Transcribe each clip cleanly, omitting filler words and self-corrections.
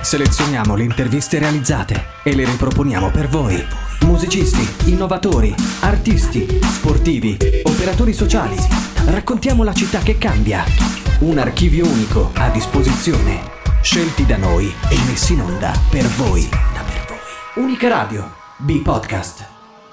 Selezioniamo le interviste realizzate e le riproponiamo per voi. Musicisti, innovatori, artisti, sportivi, operatori sociali. Raccontiamo la città che cambia. Un archivio unico a disposizione. Scelti da noi e messi in onda per voi. Unica Radio, B-Podcast.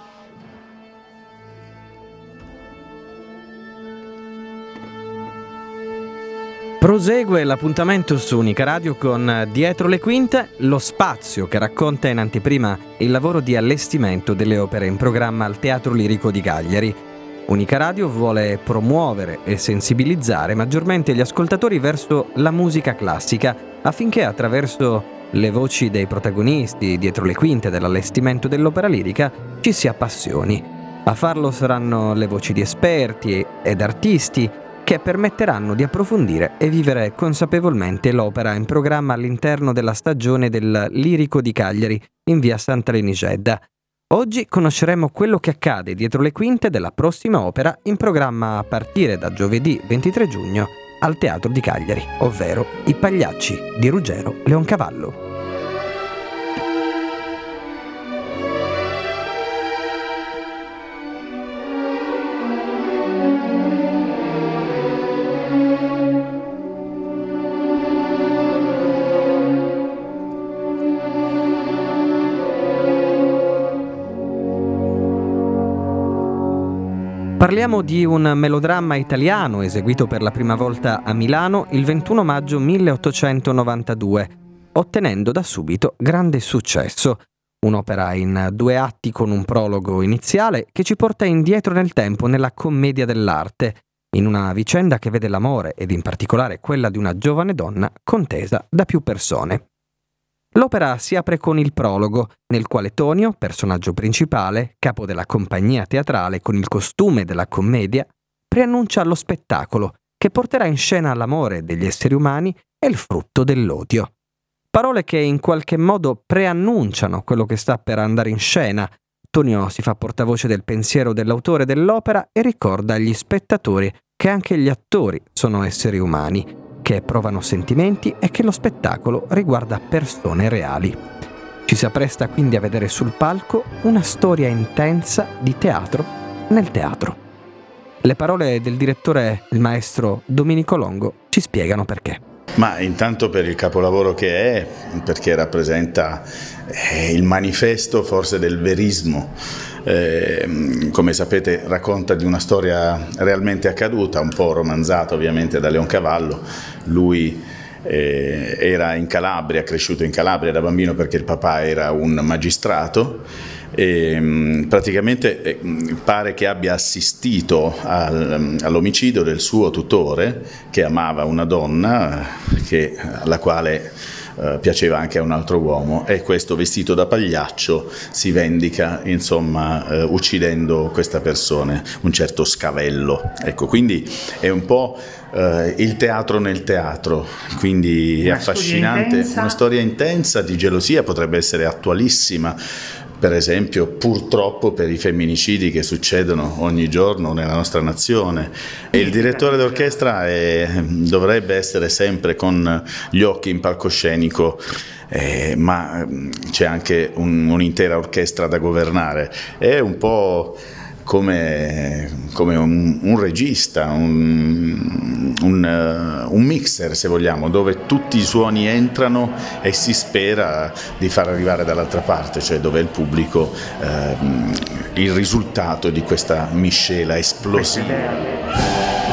Prosegue l'appuntamento su Unica Radio con Dietro le Quinte, lo spazio che racconta in anteprima il lavoro di allestimento delle opere in programma al Teatro Lirico di Cagliari. Unica Radio vuole promuovere e sensibilizzare maggiormente gli ascoltatori verso la musica classica, affinché attraverso le voci dei protagonisti dietro le quinte dell'allestimento dell'opera lirica ci si appassioni. A farlo saranno le voci di esperti ed artisti che permetteranno di approfondire e vivere consapevolmente l'opera in programma all'interno della stagione del Lirico di Cagliari in via Santa Lenigedda. Oggi conosceremo quello che accade dietro le quinte della prossima opera in programma a partire da giovedì 23 giugno al Teatro di Cagliari, ovvero I Pagliacci di Ruggero Leoncavallo. Parliamo di un melodramma italiano eseguito per la prima volta a Milano il 21 maggio 1892, ottenendo da subito grande successo. Un'opera in 2 atti con un prologo iniziale che ci porta indietro nel tempo nella commedia dell'arte, in una vicenda che vede l'amore, ed in particolare quella di una giovane donna, contesa da più persone. L'opera si apre con il prologo, nel quale Tonio, personaggio principale, capo della compagnia teatrale con il costume della commedia, preannuncia lo spettacolo che porterà in scena l'amore degli esseri umani e il frutto dell'odio. Parole che in qualche modo preannunciano quello che sta per andare in scena. Tonio si fa portavoce del pensiero dell'autore dell'opera e ricorda agli spettatori che anche gli attori sono esseri umani, che provano sentimenti e che lo spettacolo riguarda persone reali. Ci si appresta quindi a vedere sul palco una storia intensa di teatro nel teatro. Le parole del direttore, il maestro Domenico Longo, ci spiegano perché. Ma intanto per il capolavoro che è, perché rappresenta il manifesto forse del verismo. Come sapete racconta di una storia realmente accaduta, un po' romanzata ovviamente da Leoncavallo. Lui era in Calabria, cresciuto in Calabria da bambino perché il papà era un magistrato e praticamente pare che abbia assistito all'omicidio del suo tutore, che amava una donna alla quale piaceva anche a un altro uomo, e questo, vestito da pagliaccio, si vendica, insomma, uccidendo questa persona, un certo Scavello. Ecco, quindi è un po' il teatro nel teatro, quindi è affascinante, una storia intensa di gelosia, potrebbe essere attualissima. Per esempio, purtroppo, per i femminicidi che succedono ogni giorno nella nostra nazione. E il direttore d'orchestra dovrebbe essere sempre con gli occhi in palcoscenico, ma c'è anche un'intera orchestra da governare. È un po' come un regista, un mixer, se vogliamo, dove tutti i suoni entrano e si spera di far arrivare dall'altra parte, cioè dove è il pubblico, il risultato di questa miscela esplosiva.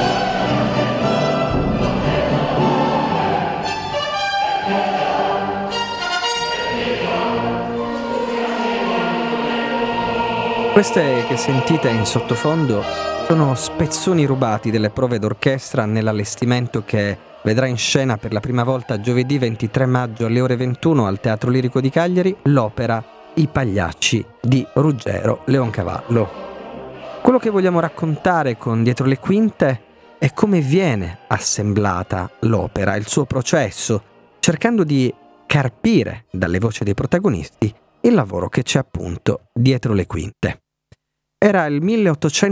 Queste che sentite in sottofondo sono spezzoni rubati delle prove d'orchestra nell'allestimento che vedrà in scena per la prima volta giovedì 23 maggio alle ore 21 al Teatro Lirico di Cagliari l'opera I Pagliacci di Ruggero Leoncavallo. Quello che vogliamo raccontare con Dietro le Quinte è come viene assemblata l'opera, il suo processo, cercando di carpire dalle voci dei protagonisti il lavoro che c'è appunto dietro le quinte. Era il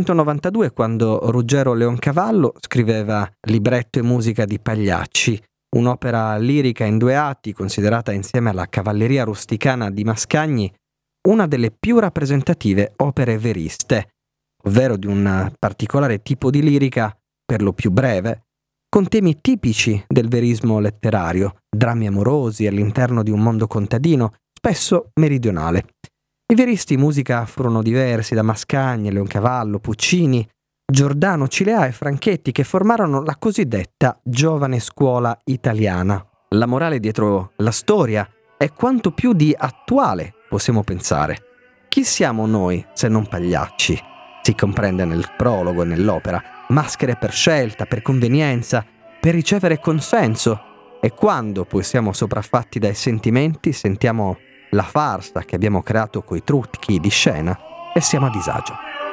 1892 quando Ruggero Leoncavallo scriveva libretto e musica di Pagliacci, un'opera lirica in 2 atti considerata insieme alla Cavalleria rusticana di Mascagni una delle più rappresentative opere veriste, ovvero di un particolare tipo di lirica per lo più breve, con temi tipici del verismo letterario, drammi amorosi all'interno di un mondo contadino, spesso meridionale. I veristi in musica furono diversi da Mascagni, Leoncavallo, Puccini, Giordano, Cilea e Franchetti, che formarono la cosiddetta giovane scuola italiana. La morale dietro la storia è quanto più di attuale possiamo pensare. Chi siamo noi se non pagliacci? Si comprende nel prologo e nell'opera. Maschere per scelta, per convenienza, per ricevere consenso. E quando poi siamo sopraffatti dai sentimenti, sentiamo la farsa che abbiamo creato coi trucchi di scena e siamo a disagio.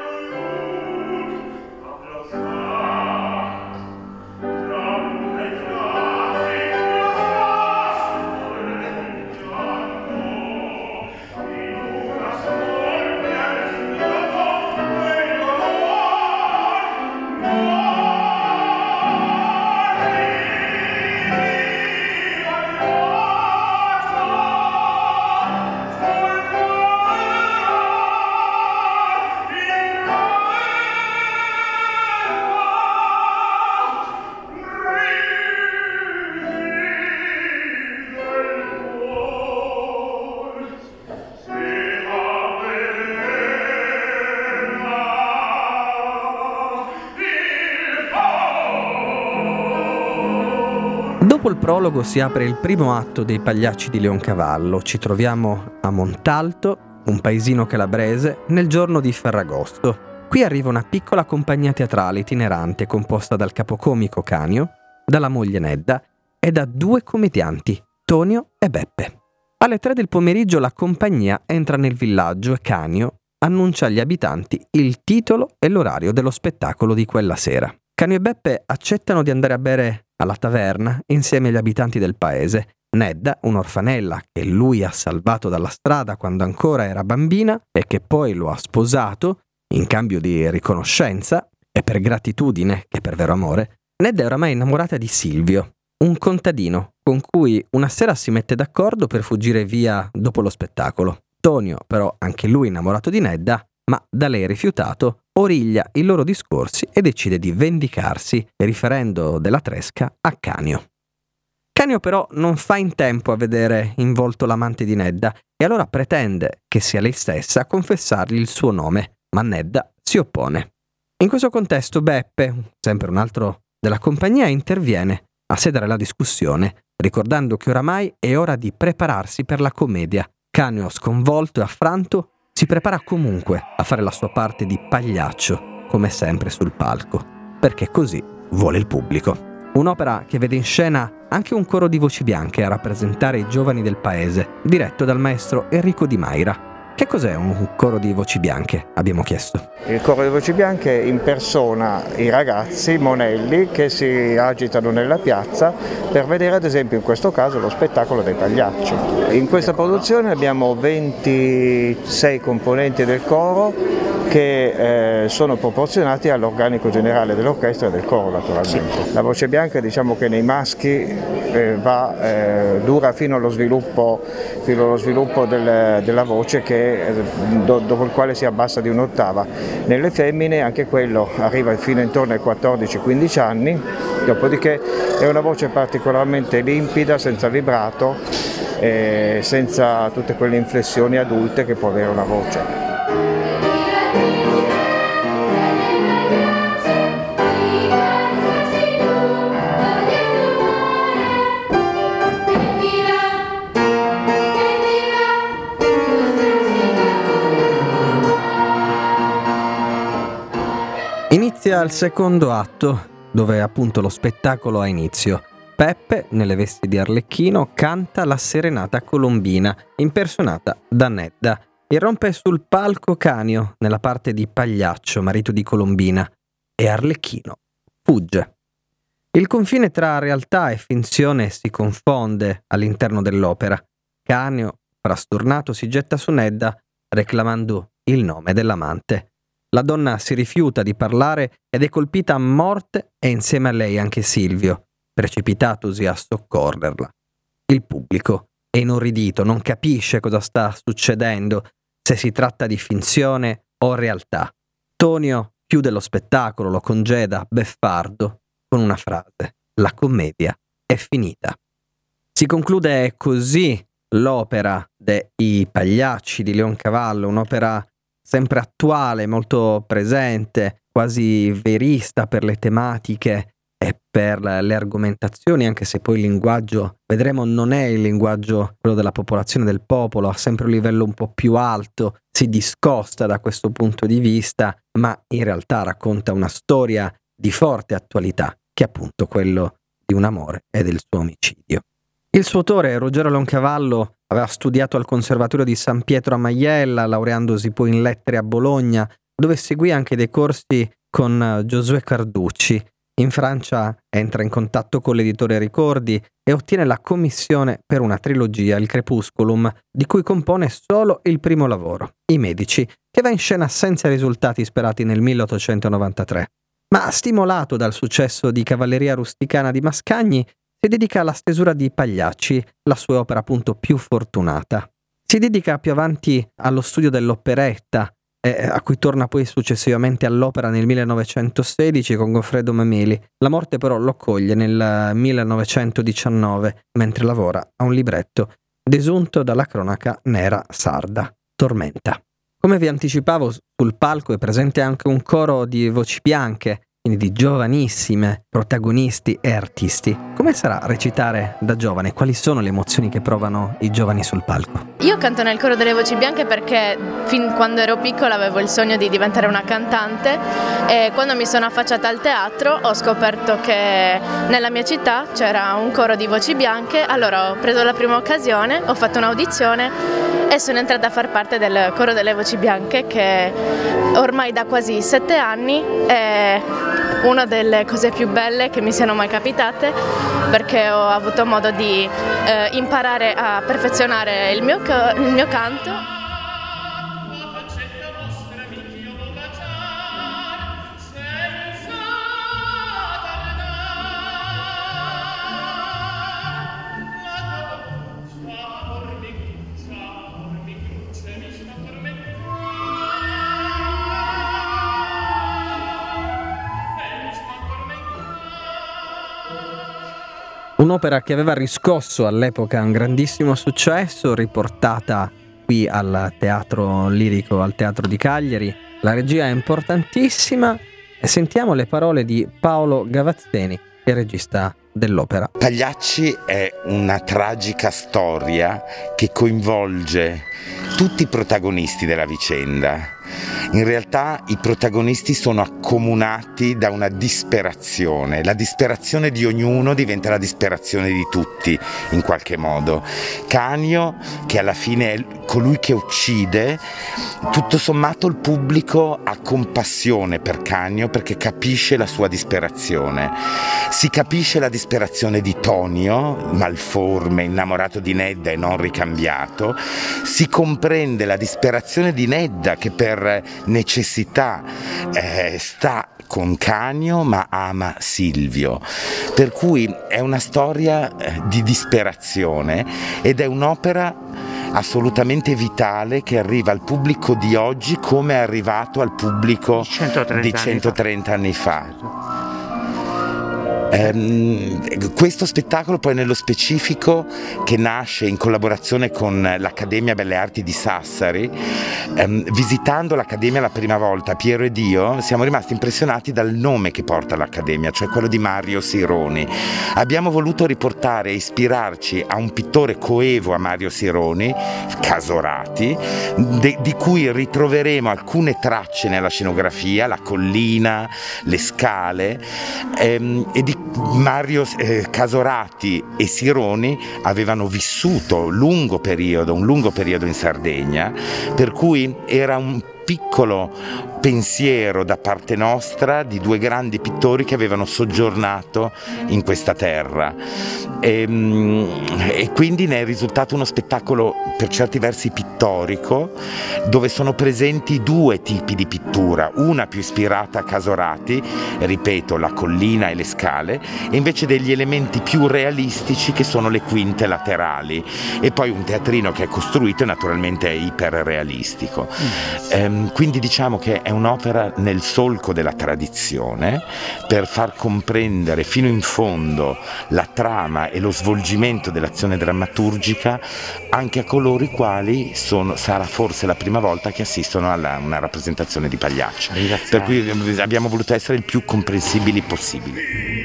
Dopo il prologo si apre il primo atto dei Pagliacci di Leoncavallo. Ci troviamo a Montalto, un paesino calabrese, nel giorno di Ferragosto. Qui arriva una piccola compagnia teatrale itinerante composta dal capocomico Canio, dalla moglie Nedda e da 2 commedianti, Tonio e Beppe. Alle 3 del pomeriggio la compagnia entra nel villaggio e Canio annuncia agli abitanti il titolo e l'orario dello spettacolo di quella sera. Canio e Beppe accettano di andare a bere alla taverna insieme agli abitanti del paese. Nedda, un'orfanella che lui ha salvato dalla strada quando ancora era bambina e che poi lo ha sposato in cambio di riconoscenza e per gratitudine che per vero amore, Nedda è oramai innamorata di Silvio, un contadino con cui una sera si mette d'accordo per fuggire via dopo lo spettacolo. Tonio, però anche lui innamorato di Nedda, ma da lei rifiutato, origlia i loro discorsi e decide di vendicarsi, riferendo della tresca a Canio. Canio però non fa in tempo a vedere in volto l'amante di Nedda e allora pretende che sia lei stessa a confessargli il suo nome, ma Nedda si oppone. In questo contesto Beppe, sempre un altro della compagnia, interviene a sedere la discussione, ricordando che oramai è ora di prepararsi per la commedia. Canio, sconvolto e affranto, si prepara comunque a fare la sua parte di pagliaccio, come sempre sul palco, perché così vuole il pubblico. Un'opera che vede in scena anche un coro di voci bianche a rappresentare i giovani del paese, diretto dal maestro Enrico Di Maira. Che cos'è un coro di voci bianche? Abbiamo chiesto. Il coro di voci bianche impersona i ragazzi monelli che si agitano nella piazza per vedere, ad esempio in questo caso, lo spettacolo dei pagliacci. In questa produzione abbiamo 26 componenti del coro che sono proporzionati all'organico generale dell'orchestra e del coro, naturalmente. La voce bianca, diciamo che nei maschi dura fino allo sviluppo della voce, dopo il quale si abbassa di un'ottava. Nelle femmine anche quello arriva fino intorno ai 14-15 anni, dopodiché è una voce particolarmente limpida, senza vibrato, senza tutte quelle inflessioni adulte che può avere una voce. Inizia il secondo atto, dove appunto lo spettacolo ha inizio. Peppe, nelle vesti di Arlecchino, canta la serenata colombina, impersonata da Nedda. Irrompe sul palco Canio, nella parte di pagliaccio, marito di Colombina, e Arlecchino fugge. Il confine tra realtà e finzione si confonde all'interno dell'opera. Canio, frastornato, si getta su Nedda, reclamando il nome dell'amante. La donna si rifiuta di parlare ed è colpita a morte e insieme a lei anche Silvio. precipitatosi a soccorrerla. Il pubblico è inorridito, non capisce cosa sta succedendo, se si tratta di finzione o realtà. Tonio chiude lo spettacolo, lo congeda, beffardo, con una frase: la commedia è finita. Si conclude così l'opera dei Pagliacci di Leoncavallo, un'opera sempre attuale, molto presente, quasi verista per le tematiche e per le argomentazioni, anche se poi il linguaggio, vedremo, non è il linguaggio quello della popolazione, del popolo, ha sempre un livello un po' più alto, si discosta da questo punto di vista, ma in realtà racconta una storia di forte attualità, che è appunto quello di un amore e del suo omicidio. Il suo autore, Ruggero Leoncavallo, aveva studiato al Conservatorio di San Pietro a Majella, laureandosi poi in lettere a Bologna, dove seguì anche dei corsi con Giosuè Carducci. In Francia entra in contatto con l'editore Ricordi e ottiene la commissione per una trilogia, Il Crepusculum, di cui compone solo il primo lavoro, I Medici, che va in scena senza risultati sperati nel 1893. Ma stimolato dal successo di Cavalleria rusticana di Mascagni, si dedica alla stesura di Pagliacci, la sua opera appunto più fortunata. Si dedica più avanti allo studio dell'operetta, a cui torna poi successivamente all'opera nel 1916 con Goffredo Mameli. La morte però lo coglie nel 1919, mentre lavora a un libretto desunto dalla cronaca nera sarda, Tormenta. Come vi anticipavo, sul palco è presente anche un coro di voci bianche, quindi di giovanissime protagonisti e artisti. Come sarà recitare da giovane? Quali sono le emozioni che provano i giovani sul palco? Io canto nel coro delle voci bianche perché fin quando ero piccola avevo il sogno di diventare una cantante, e quando mi sono affacciata al teatro ho scoperto che nella mia città c'era un coro di voci bianche. Allora ho preso la prima occasione, ho fatto un'audizione e sono entrata a far parte del coro delle voci bianche, che ormai da quasi 7 anni è una delle cose più belle che mi siano mai capitate, perché ho avuto modo di imparare a perfezionare il mio canto. Un'opera che aveva riscosso all'epoca un grandissimo successo, riportata qui al Teatro Lirico, al Teatro di Cagliari. La regia è importantissima e sentiamo le parole di Paolo Gavazzeni, il regista dell'opera. Pagliacci è una tragica storia che coinvolge tutti i protagonisti della vicenda. In realtà i protagonisti sono accomunati da una disperazione. La disperazione di ognuno diventa la disperazione di tutti, in qualche modo. Canio, che alla fine è colui che uccide, tutto sommato il pubblico ha compassione per Canio perché capisce la sua disperazione. Si capisce la disperazione di Tonio, malforme, innamorato di Nedda e non ricambiato. Si comprende la disperazione di Nedda, che per necessità sta con Canio ma ama Silvio, per cui è una storia di disperazione ed è un'opera assolutamente vitale che arriva al pubblico di oggi come è arrivato al pubblico di 130 anni fa. Questo spettacolo poi nello specifico, che nasce in collaborazione con l'Accademia Belle Arti di Sassari, visitando l'Accademia la prima volta, Piero ed io siamo rimasti impressionati dal nome che porta l'Accademia, cioè quello di Mario Sironi. Abbiamo voluto riportare e ispirarci a un pittore coevo a Mario Sironi, Casorati, di cui ritroveremo alcune tracce nella scenografia, la collina, le scale, e di Mario Casorati e Sironi avevano vissuto un lungo periodo in Sardegna, per cui era un piccolo pensiero da parte nostra di due grandi pittori che avevano soggiornato in questa terra, e quindi ne è risultato uno spettacolo per certi versi pittorico, dove sono presenti due tipi di pittura, una più ispirata a Casorati, ripeto, la collina e le scale, e invece degli elementi più realistici che sono le quinte laterali, e poi un teatrino che è costruito e naturalmente è iperrealistico. Quindi diciamo che è un'opera nel solco della tradizione, per far comprendere fino in fondo la trama e lo svolgimento dell'azione drammaturgica anche a coloro i quali sarà forse la prima volta che assistono a una rappresentazione di Pagliaccia, per cui abbiamo voluto essere il più comprensibili possibili.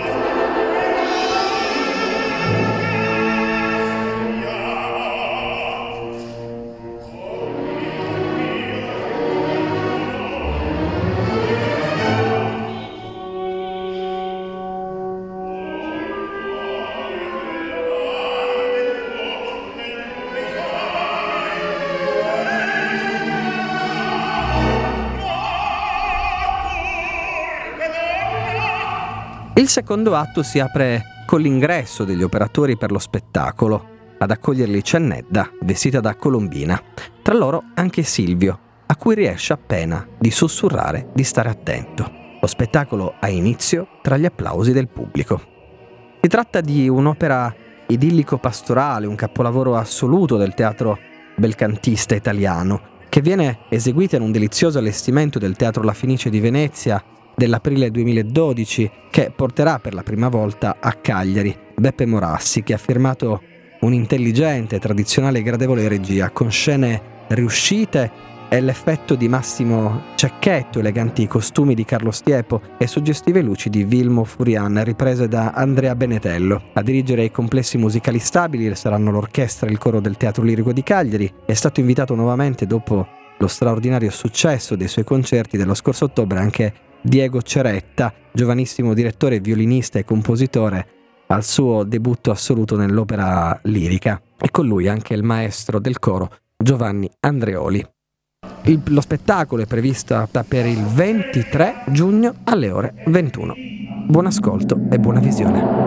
Il secondo atto si apre con l'ingresso degli operatori per lo spettacolo. Ad accoglierli c'è Nedda, vestita da colombina. Tra loro anche Silvio, a cui riesce appena di sussurrare di stare attento. Lo spettacolo ha inizio tra gli applausi del pubblico. Si tratta di un'opera idillico-pastorale, un capolavoro assoluto del teatro belcantista italiano, che viene eseguita in un delizioso allestimento del Teatro La Fenice di Venezia dell'aprile 2012, che porterà per la prima volta a Cagliari Beppe Morassi, che ha firmato un'intelligente, tradizionale e gradevole regia con scene riuscite e l'effetto di Massimo Cecchetto, eleganti costumi di Carlo Stiepo e suggestive luci di Vilmo Furian, riprese da Andrea Benetello. A dirigere i complessi musicali stabili saranno l'orchestra e il coro del Teatro Lirico di Cagliari. È stato invitato nuovamente, dopo lo straordinario successo dei suoi concerti dello scorso ottobre, anche Diego Ceretta, giovanissimo direttore, violinista e compositore, al suo debutto assoluto nell'opera lirica, e con lui anche il maestro del coro Giovanni Andreoli. Lo spettacolo è previsto per il 23 giugno alle ore 21. Buon ascolto e buona visione.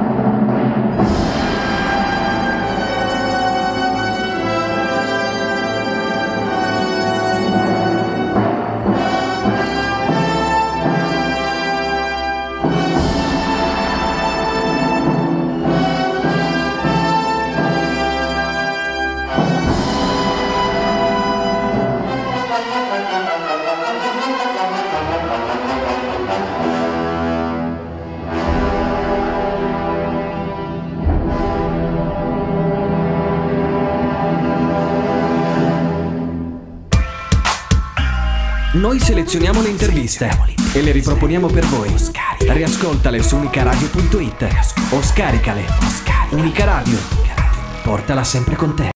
Noi selezioniamo le interviste e le riproponiamo per voi. Riascoltale su unicaradio.it o scaricale. Unica Radio. Portala sempre con te.